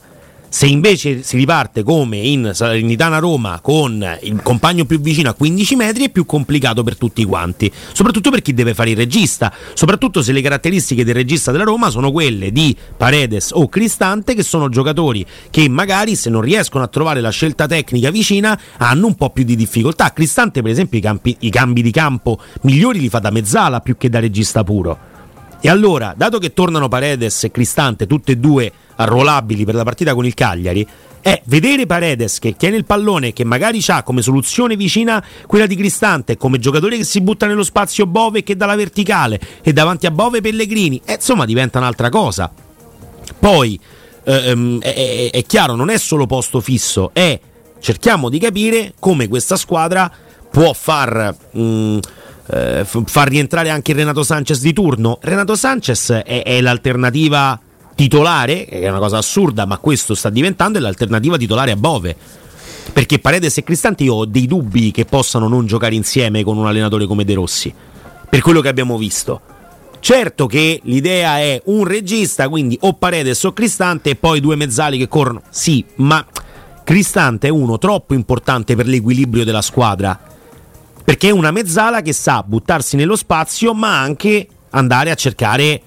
Se invece si riparte come in Salernitana Roma con il compagno più vicino a 15 metri è più complicato per tutti quanti, soprattutto per chi deve fare il regista, soprattutto se le caratteristiche del regista della Roma sono quelle di Paredes o Cristante, che sono giocatori che magari, se non riescono a trovare la scelta tecnica vicina, hanno un po' più di difficoltà. Cristante per esempio i cambi di campo migliori li fa da mezzala più che da regista puro. E allora, dato che tornano Paredes e Cristante tutte e due arruolabili per la partita con il Cagliari, vedere Paredes che tiene il pallone, che magari ha come soluzione vicina quella di Cristante, come giocatore che si butta nello spazio Bove, che dà la verticale, e davanti a Bove Pellegrini, insomma diventa un'altra cosa. Poi è chiaro, non è solo posto fisso, cerchiamo di capire come questa squadra può far rientrare anche Renato Sanchez di turno. Renato Sanchez è l'alternativa titolare, che è una cosa assurda, ma questo sta diventando l'alternativa titolare a Bove, perché Paredes e Cristante io ho dei dubbi che possano non giocare insieme con un allenatore come De Rossi, per quello che abbiamo visto. Certo che l'idea è un regista, quindi o Paredes o Cristante, e poi due mezzali che corrono, sì, ma Cristante è uno troppo importante per l'equilibrio della squadra, perché è una mezzala che sa buttarsi nello spazio ma anche andare a cercare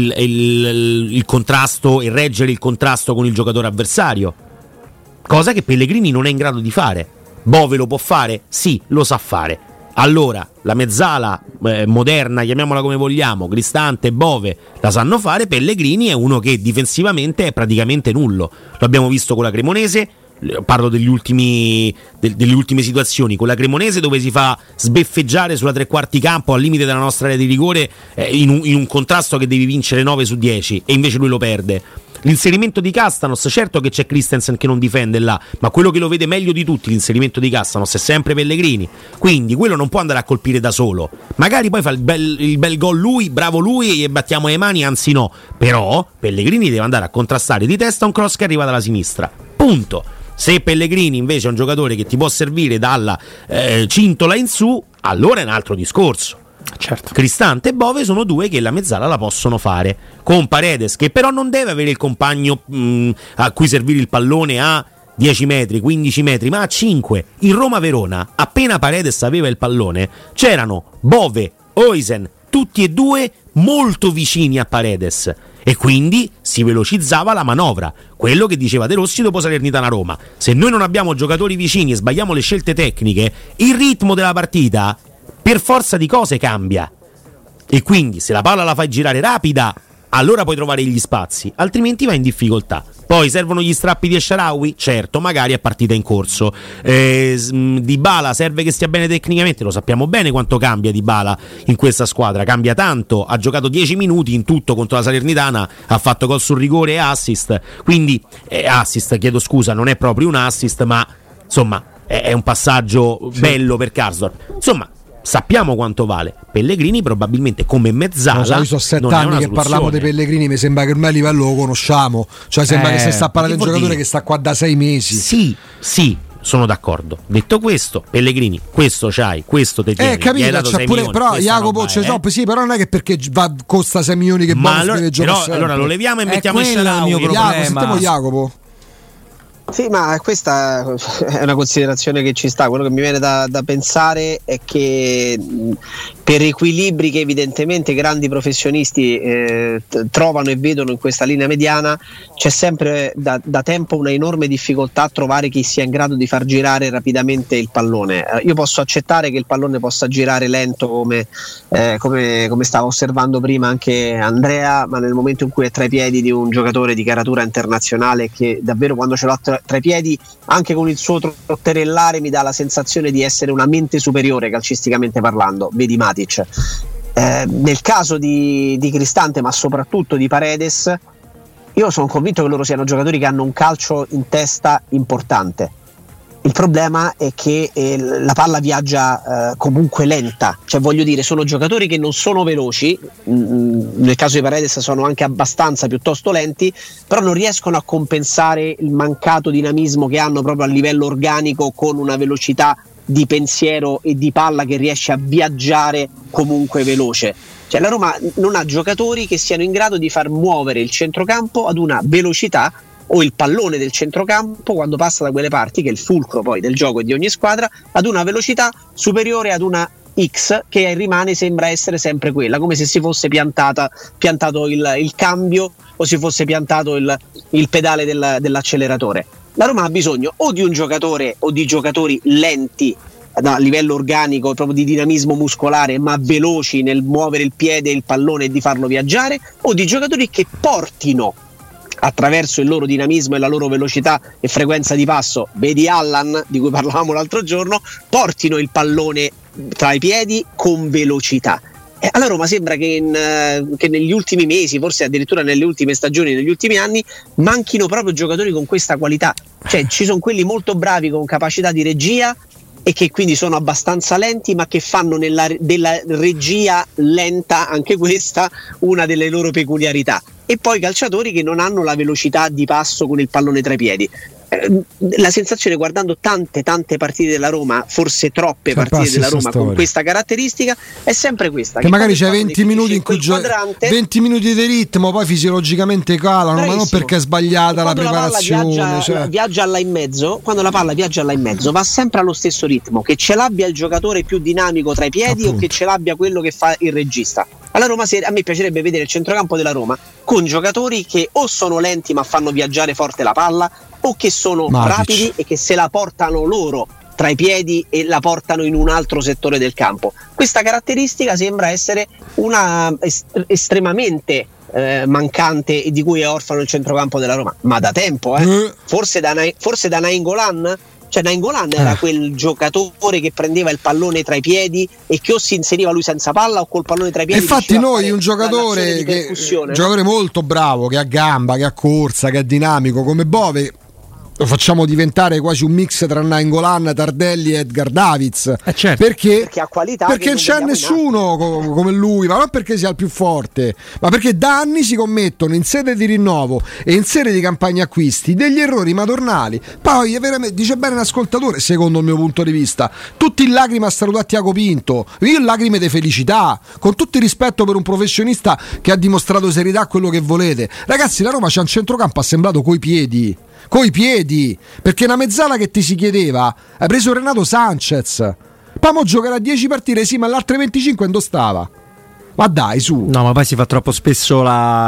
il contrasto e reggere il contrasto con il giocatore avversario, cosa che Pellegrini non è in grado di fare. Bove lo può fare? Sì, lo sa fare. Allora la mezzala moderna, chiamiamola come vogliamo, Cristante e Bove la sanno fare. Pellegrini è uno che difensivamente è praticamente nullo, lo abbiamo visto con la Cremonese. Parlo delle ultime situazioni con la Cremonese, dove si fa sbeffeggiare sulla tre quarti campo al limite della nostra area di rigore, in un contrasto che devi vincere 9 su 10 e invece lui lo perde. L'inserimento di Castanos, certo che c'è Christensen che non difende là, ma quello che lo vede meglio di tutti l'inserimento di Castanos è sempre Pellegrini, quindi quello non può andare a colpire da solo. Magari poi fa il bel gol lui, bravo lui, e battiamo le mani, anzi no, però Pellegrini deve andare a contrastare di testa un cross che arriva dalla sinistra, punto. Se Pellegrini invece è un giocatore che ti può servire dalla cintola in su, allora è un altro discorso. Certo. Cristante e Bove sono due che la mezzala la possono fare, con Paredes che però non deve avere il compagno a cui servire il pallone a 10 metri, 15 metri, ma a 5. In Roma-Verona, appena Paredes aveva il pallone, c'erano Bove, Oisen, tutti e due molto vicini a Paredes, e quindi si velocizzava la manovra, quello che diceva De Rossi dopo Salernitana Roma. Se noi non abbiamo giocatori vicini e sbagliamo le scelte tecniche, il ritmo della partita per forza di cose cambia, e quindi se la palla la fai girare rapida allora puoi trovare gli spazi, altrimenti vai in difficoltà. Poi servono gli strappi di Esharawi? Certo, magari è partita in corso. Dybala serve che stia bene tecnicamente, lo sappiamo bene quanto cambia Dybala in questa squadra, cambia tanto, ha giocato 10 minuti in tutto contro la Salernitana, ha fatto gol sul rigore e assist, quindi chiedo scusa, non è proprio un assist, ma insomma è un passaggio bello per Karsdorp, insomma sappiamo quanto vale. Pellegrini probabilmente come mezzala, io so 7 anni che parliamo dei Pellegrini, mi sembra che ormai a livello lo conosciamo, cioè sembra che si sta parlando di un giocatore che sta qua da 6 mesi. Sì, sono d'accordo. Detto questo, Pellegrini, questo c'hai, questo te tieni. Capito, c'è pure, milioni, però Jacopo c'è troppo, sì, però non è che perché costa 6 milioni che ma allora lo leviamo e mettiamo il mio problema. Sentiamo Jacopo. Sì, ma questa è una considerazione che ci sta. Quello che mi viene da pensare è che per equilibri che evidentemente grandi professionisti trovano e vedono in questa linea mediana, c'è sempre da tempo una enorme difficoltà a trovare chi sia in grado di far girare rapidamente il pallone. Io posso accettare che il pallone possa girare lento come stava osservando prima anche Andrea, ma nel momento in cui è tra i piedi di un giocatore di caratura internazionale, che davvero quando ce l'ha tra i piedi, anche con il suo trotterellare, mi dà la sensazione di essere una mente superiore calcisticamente parlando, vedi Matic. Nel caso di Cristante, ma soprattutto di Paredes, io sono convinto che loro siano giocatori che hanno un calcio in testa importante. Il problema è che la palla viaggia comunque lenta, cioè voglio dire, sono giocatori che non sono veloci, nel caso di Paredes sono anche abbastanza piuttosto lenti, però non riescono a compensare il mancato dinamismo che hanno proprio a livello organico, con una velocità di pensiero e di palla che riesce a viaggiare comunque veloce. Cioè la Roma non ha giocatori che siano in grado di far muovere il centrocampo ad una velocità o il pallone del centrocampo quando passa da quelle parti, che è il fulcro poi del gioco e di ogni squadra, ad una velocità superiore ad una X che rimane, sembra essere sempre quella, come se si fosse piantato il cambio o si fosse piantato il pedale dell'acceleratore. La Roma ha bisogno o di un giocatore o di giocatori lenti a livello organico, proprio di dinamismo muscolare, ma veloci nel muovere il piede e il pallone e di farlo viaggiare, o di giocatori che portino attraverso il loro dinamismo e la loro velocità e frequenza di passo, vedi Allan di cui parlavamo l'altro giorno, portino il pallone tra i piedi con velocità. Alla Roma sembra che negli ultimi mesi, forse addirittura nelle ultime stagioni, negli ultimi anni, manchino proprio giocatori con questa qualità. Cioè ci sono quelli molto bravi con capacità di regia e che quindi sono abbastanza lenti, ma che fanno della regia lenta, anche questa, una delle loro peculiarità. E poi calciatori che non hanno la velocità di passo con il pallone tra i piedi. La sensazione, guardando tante partite della Roma, forse troppe partite della Roma con questa caratteristica, è sempre questa, che magari c'è 20 minuti in cui 20 minuti di ritmo, poi fisiologicamente calano. Bravissimo. Ma non perché è sbagliata la preparazione, viaggia là in mezzo, quando la palla viaggia là in mezzo va sempre allo stesso ritmo, che ce l'abbia il giocatore più dinamico tra i piedi, appunto, o che ce l'abbia quello che fa il regista. Alla Roma, a me piacerebbe vedere il centrocampo della Roma con giocatori che o sono lenti ma fanno viaggiare forte la palla, o che sono rapidi e che se la portano loro tra i piedi e la portano in un altro settore del campo. Questa caratteristica sembra essere una estremamente mancante e di cui è orfano il centrocampo della Roma, ma da tempo, forse da Nainggolan. Cioè Nainggolan era quel giocatore che prendeva il pallone tra i piedi e che o si inseriva lui senza palla o col pallone tra i piedi. Infatti noi un giocatore molto bravo, che ha gamba, che ha corsa, che è dinamico come Bove, lo facciamo diventare quasi un mix tra Nainggolan, Tardelli e Edgar Davids. Certo. Perché ha qualità, perché non c'è nessuno come lui, ma non perché sia il più forte, ma perché da anni si commettono in sede di rinnovo e in sede di campagna acquisti degli errori madornali. Poi veramente, dice bene l'ascoltatore, secondo il mio punto di vista, tutti in lacrime a salutare Tiago Pinto, io in lacrime di felicità, con tutto il rispetto per un professionista che ha dimostrato serietà, quello che volete. Ragazzi, la Roma c'ha un centrocampo assemblato coi piedi, perché una mezzala che ti si chiedeva, hai preso Renato Sanchez, Pamo giocare a 10 partite, sì, ma le altre 25 non stava. Ma dai, su. No, ma poi si fa troppo spesso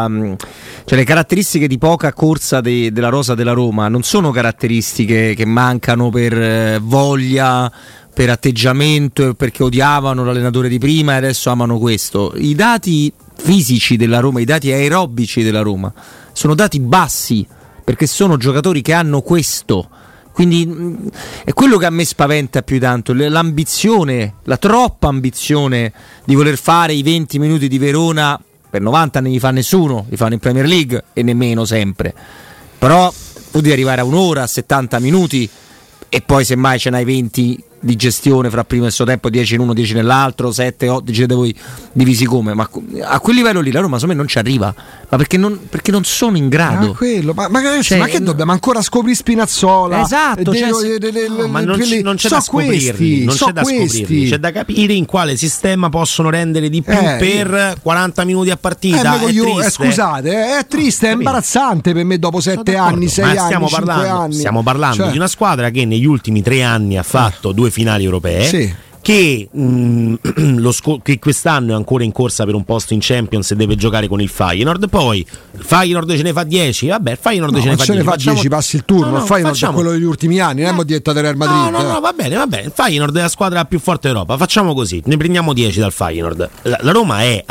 cioè le caratteristiche di poca corsa della rosa della Roma non sono caratteristiche che mancano per voglia, per atteggiamento e perché odiavano l'allenatore di prima e adesso amano questo. I dati fisici della Roma, i dati aerobici della Roma sono dati bassi, perché sono giocatori che hanno questo, quindi è quello che a me spaventa più tanto, l'ambizione, la troppa ambizione di voler fare i 20 minuti di Verona. Per 90 ne li fa nessuno, li fanno in Premier League e nemmeno sempre, però tu devi arrivare a un'ora, a 70 minuti e poi semmai ce n'hai 20 di gestione fra primo e secondo tempo, 10 in uno, 10 nell'altro, 7, 8, dicete voi divisi come, ma a quel livello lì la Roma secondo me non ci arriva, ma perché non sono in grado. Ma che dobbiamo ancora scoprire Spinazzola? Esatto, ma non c'è da scoprirli, c'è da capire in quale sistema possono rendere di più per 40 minuti a partita. Scusate, è triste, è imbarazzante per me dopo 7 anni, 6 anni, 5 anni. Stiamo parlando di una squadra che negli ultimi 3 anni ha fatto 2 finali europee, sì, che quest'anno è ancora in corsa per un posto in Champions e deve giocare con il Feyenoord. Poi il Feyenoord ce ne fa 10, vabbè, il Feyenoord ce ne fa 10, passi il turno. Il Feyenoord è quello degli ultimi anni, non è diretta del Real Madrid. No, va bene, il Feyenoord è la squadra più forte d'Europa, facciamo così, ne prendiamo 10 dal Feyenoord. La Roma è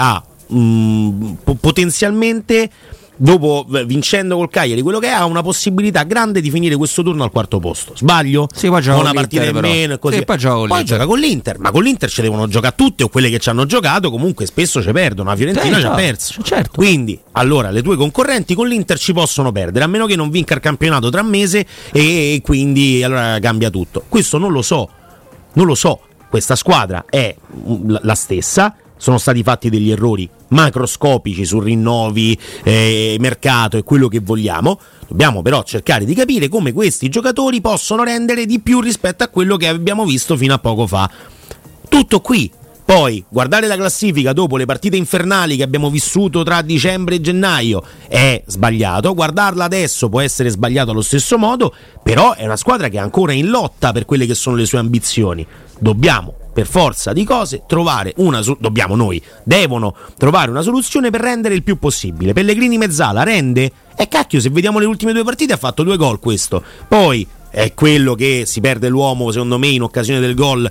potenzialmente, dopo vincendo col Cagliari, quello che ha una possibilità grande di finire questo turno al quarto posto. Sbaglio? Sì, poi gioca una partita in meno e così. Sì, poi gioca con l'Inter, ma con l'Inter ci devono giocare tutte, o quelle che ci hanno giocato comunque spesso ci perdono. La Fiorentina ci ha perso. Certo. Quindi, allora, le tue concorrenti con l'Inter ci possono perdere, a meno che non vinca il campionato tra un mese e quindi allora cambia tutto. Questo non lo so. Questa squadra è la stessa. Sono stati fatti degli errori macroscopici su rinnovi, mercato e quello che vogliamo. Dobbiamo però cercare di capire come questi giocatori possono rendere di più rispetto a quello che abbiamo visto fino a poco fa. Tutto qui. Poi guardare la classifica dopo le partite infernali che abbiamo vissuto tra dicembre e gennaio è sbagliato, guardarla adesso può essere sbagliato allo stesso modo, però è una squadra che è ancora in lotta per quelle che sono le sue ambizioni. Dobbiamo per forza di cose trovare devono trovare una soluzione per rendere il più possibile. Pellegrini mezzala rende? Cacchio, se vediamo le ultime 2 partite ha fatto 2 gol questo. Poi è quello che si perde l'uomo, secondo me, in occasione del gol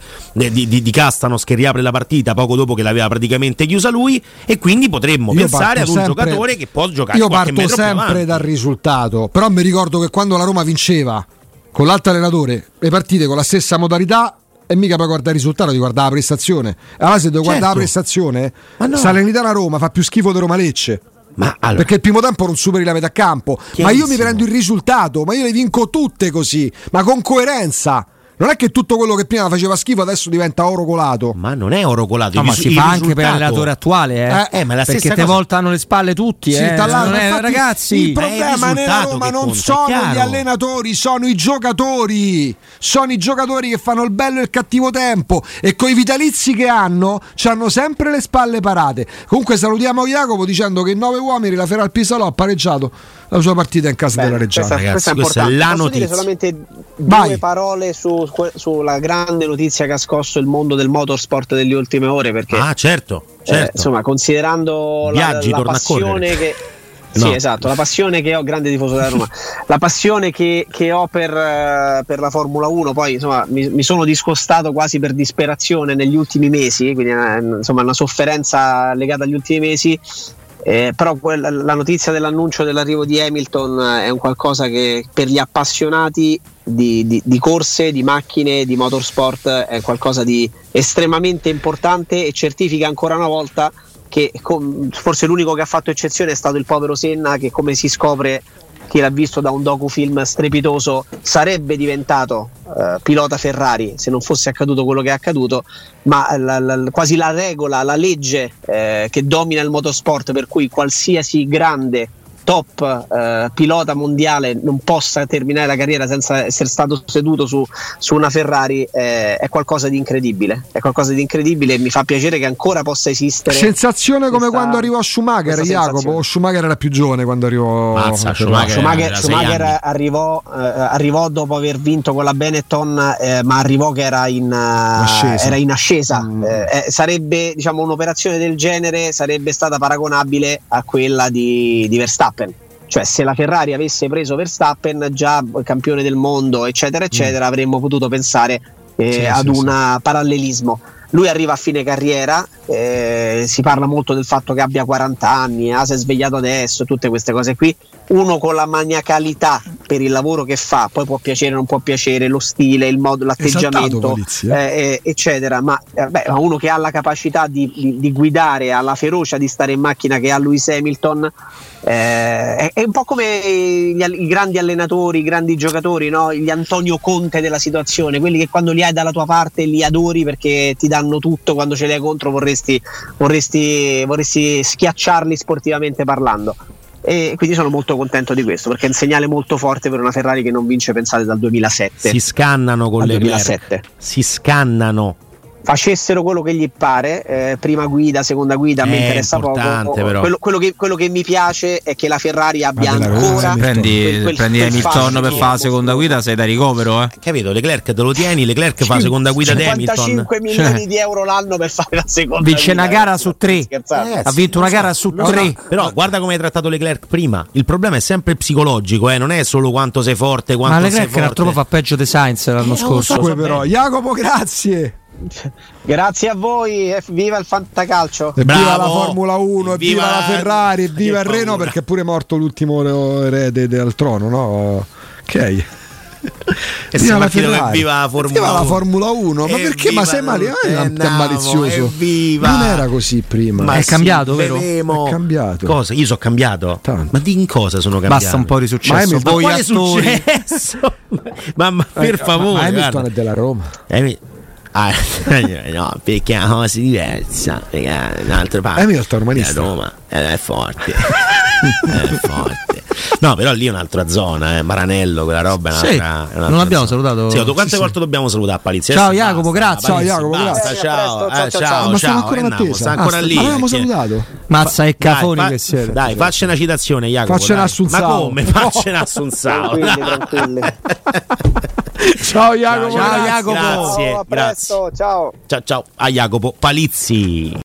di Castanos che riapre la partita poco dopo che l'aveva praticamente chiusa lui, e quindi potremmo pensare ad un giocatore che può giocare. Io parto sempre dal risultato, però mi ricordo che quando la Roma vinceva con l'altro allenatore le partite con la stessa modalità, e mica poi guardare il risultato, di guardare la prestazione. Allora se devo guardare la prestazione, Salernitana Roma fa più schifo di Roma Lecce. Perché il primo tempo non superi la metà campo. Ma io mi prendo il risultato, ma io le vinco tutte così, ma con coerenza. Non è che tutto quello che prima faceva schifo adesso diventa oro colato. Ma non è oro colato. No, ma si fa anche per l'allenatore attuale, ma la perché te voltano le spalle tutti, ragazzi. Il problema nella Roma non sono gli allenatori, sono i giocatori. Sono i giocatori che fanno il bello e il cattivo tempo, e coi vitalizi che hanno sempre le spalle parate. Comunque salutiamo Jacopo dicendo che 9 uomini la Feral Pisalò ha pareggiato la sua partita in casa della Reggiana. Questa è importante. Posso dire solamente 2 parole sulla grande notizia che ha scosso il mondo del motorsport delle ultime ore, perché certo. Insomma, considerando la passione che sì, esatto, la passione che ho, grande tifoso della Roma, la passione che ho per la Formula 1, poi insomma mi sono discostato quasi per disperazione negli ultimi mesi, quindi insomma una sofferenza legata agli ultimi mesi. Però la notizia dell'annuncio dell'arrivo di Hamilton è un qualcosa che per gli appassionati di corse, di macchine, di motorsport è qualcosa di estremamente importante, e certifica ancora una volta che forse l'unico che ha fatto eccezione è stato il povero Senna, che, come si scopre chi l'ha visto da un docufilm strepitoso, sarebbe diventato pilota Ferrari se non fosse accaduto quello che è accaduto. Ma quasi la regola, la legge che domina il motorsport, per cui qualsiasi grande top pilota mondiale non possa terminare la carriera senza essere stato seduto su una Ferrari, è qualcosa di incredibile. È qualcosa di incredibile, e mi fa piacere che ancora possa esistere. Sensazione come quando arrivò Schumacher, Jacopo. Schumacher era più giovane quando arrivò. Schumacher arrivò dopo aver vinto con la Benetton, ma arrivò che era in ascesa. Sarebbe, diciamo, un'operazione del genere sarebbe stata paragonabile a quella di Verstappen. Cioè, se la Ferrari avesse preso Verstappen, già campione del mondo, eccetera eccetera, avremmo potuto pensare un parallelismo. Lui arriva a fine carriera, si parla molto del fatto che abbia 40 anni, si è svegliato adesso, tutte queste cose qui. Uno con la maniacalità per il lavoro che fa, poi può piacere o non può piacere lo stile, il modo, l'atteggiamento, eccetera, ma uno che ha la capacità di guidare, ha la ferocia di stare in macchina che ha Lewis Hamilton, è un po' come i grandi allenatori, i grandi giocatori, no? Gli Antonio Conte della situazione, quelli che quando li hai dalla tua parte li adori perché ti danno tutto, quando ce li hai contro vorresti schiacciarli sportivamente parlando. E quindi sono molto contento di questo, perché è un segnale molto forte per una Ferrari che non vince, pensate, dal 2007. Si scannano con le 2007. Si scannano. Facessero quello che gli pare, prima guida, seconda guida, a me interessa poco. Quello che mi piace è che la Ferrari abbia ancora prendi Hamilton per fare la seconda guida, sei da ricovero, capito? Leclerc te lo tieni, Leclerc fa la seconda guida di Hamilton, 55 milioni di euro l'anno per fare la seconda vince guida. Una gara su 3, ha vinto una gara su 3. Però guarda come hai trattato Leclerc prima. Il problema è sempre psicologico, non è solo quanto sei forte, quanto ma Leclerc sei forte. troppo fa peggio di Sainz l'anno scorso. Però Jacopo, grazie. Grazie a voi, viva il fantacalcio, viva la Formula 1, viva la Ferrari, viva il Renault, perché è pure morto l'ultimo erede del trono, no? Ok. Viva la Ferrari, viva la Formula 1, ma perché? Ma sei malizioso? Non era così prima. Ma è cambiato, vero? È cambiato. Cosa? Io sono cambiato? Tanto. Ma di in cosa sono cambiato? Basta un po' di successo. Ma quale successo? ma per favore, Hamilton è della Roma. No, perché è una cosa diversa, perché è un'altra parte. Hamilton romanista. Roma è forte. È forte. No, però lì è un'altra zona, Maranello, quella roba è un'altra non abbiamo zona. salutato. Sì, quante volte dobbiamo salutare Palizzi? Ciao Jacopo, grazie. Ciao Jacopo, basta, grazie. ciao. Ma stiamo ancora in attesa. Sta ancora lì. Ma l'avevamo salutato. Mazza e cafoni che siete. Dai, faccia una citazione, Jacopo. Faccia un Assunzao. Ma come? Faccia un Assunzao. Tranquilli. Ciao Jacopo. Ciao Jacopo. Grazie. A presto, ciao. Ciao a Jacopo Palizzi.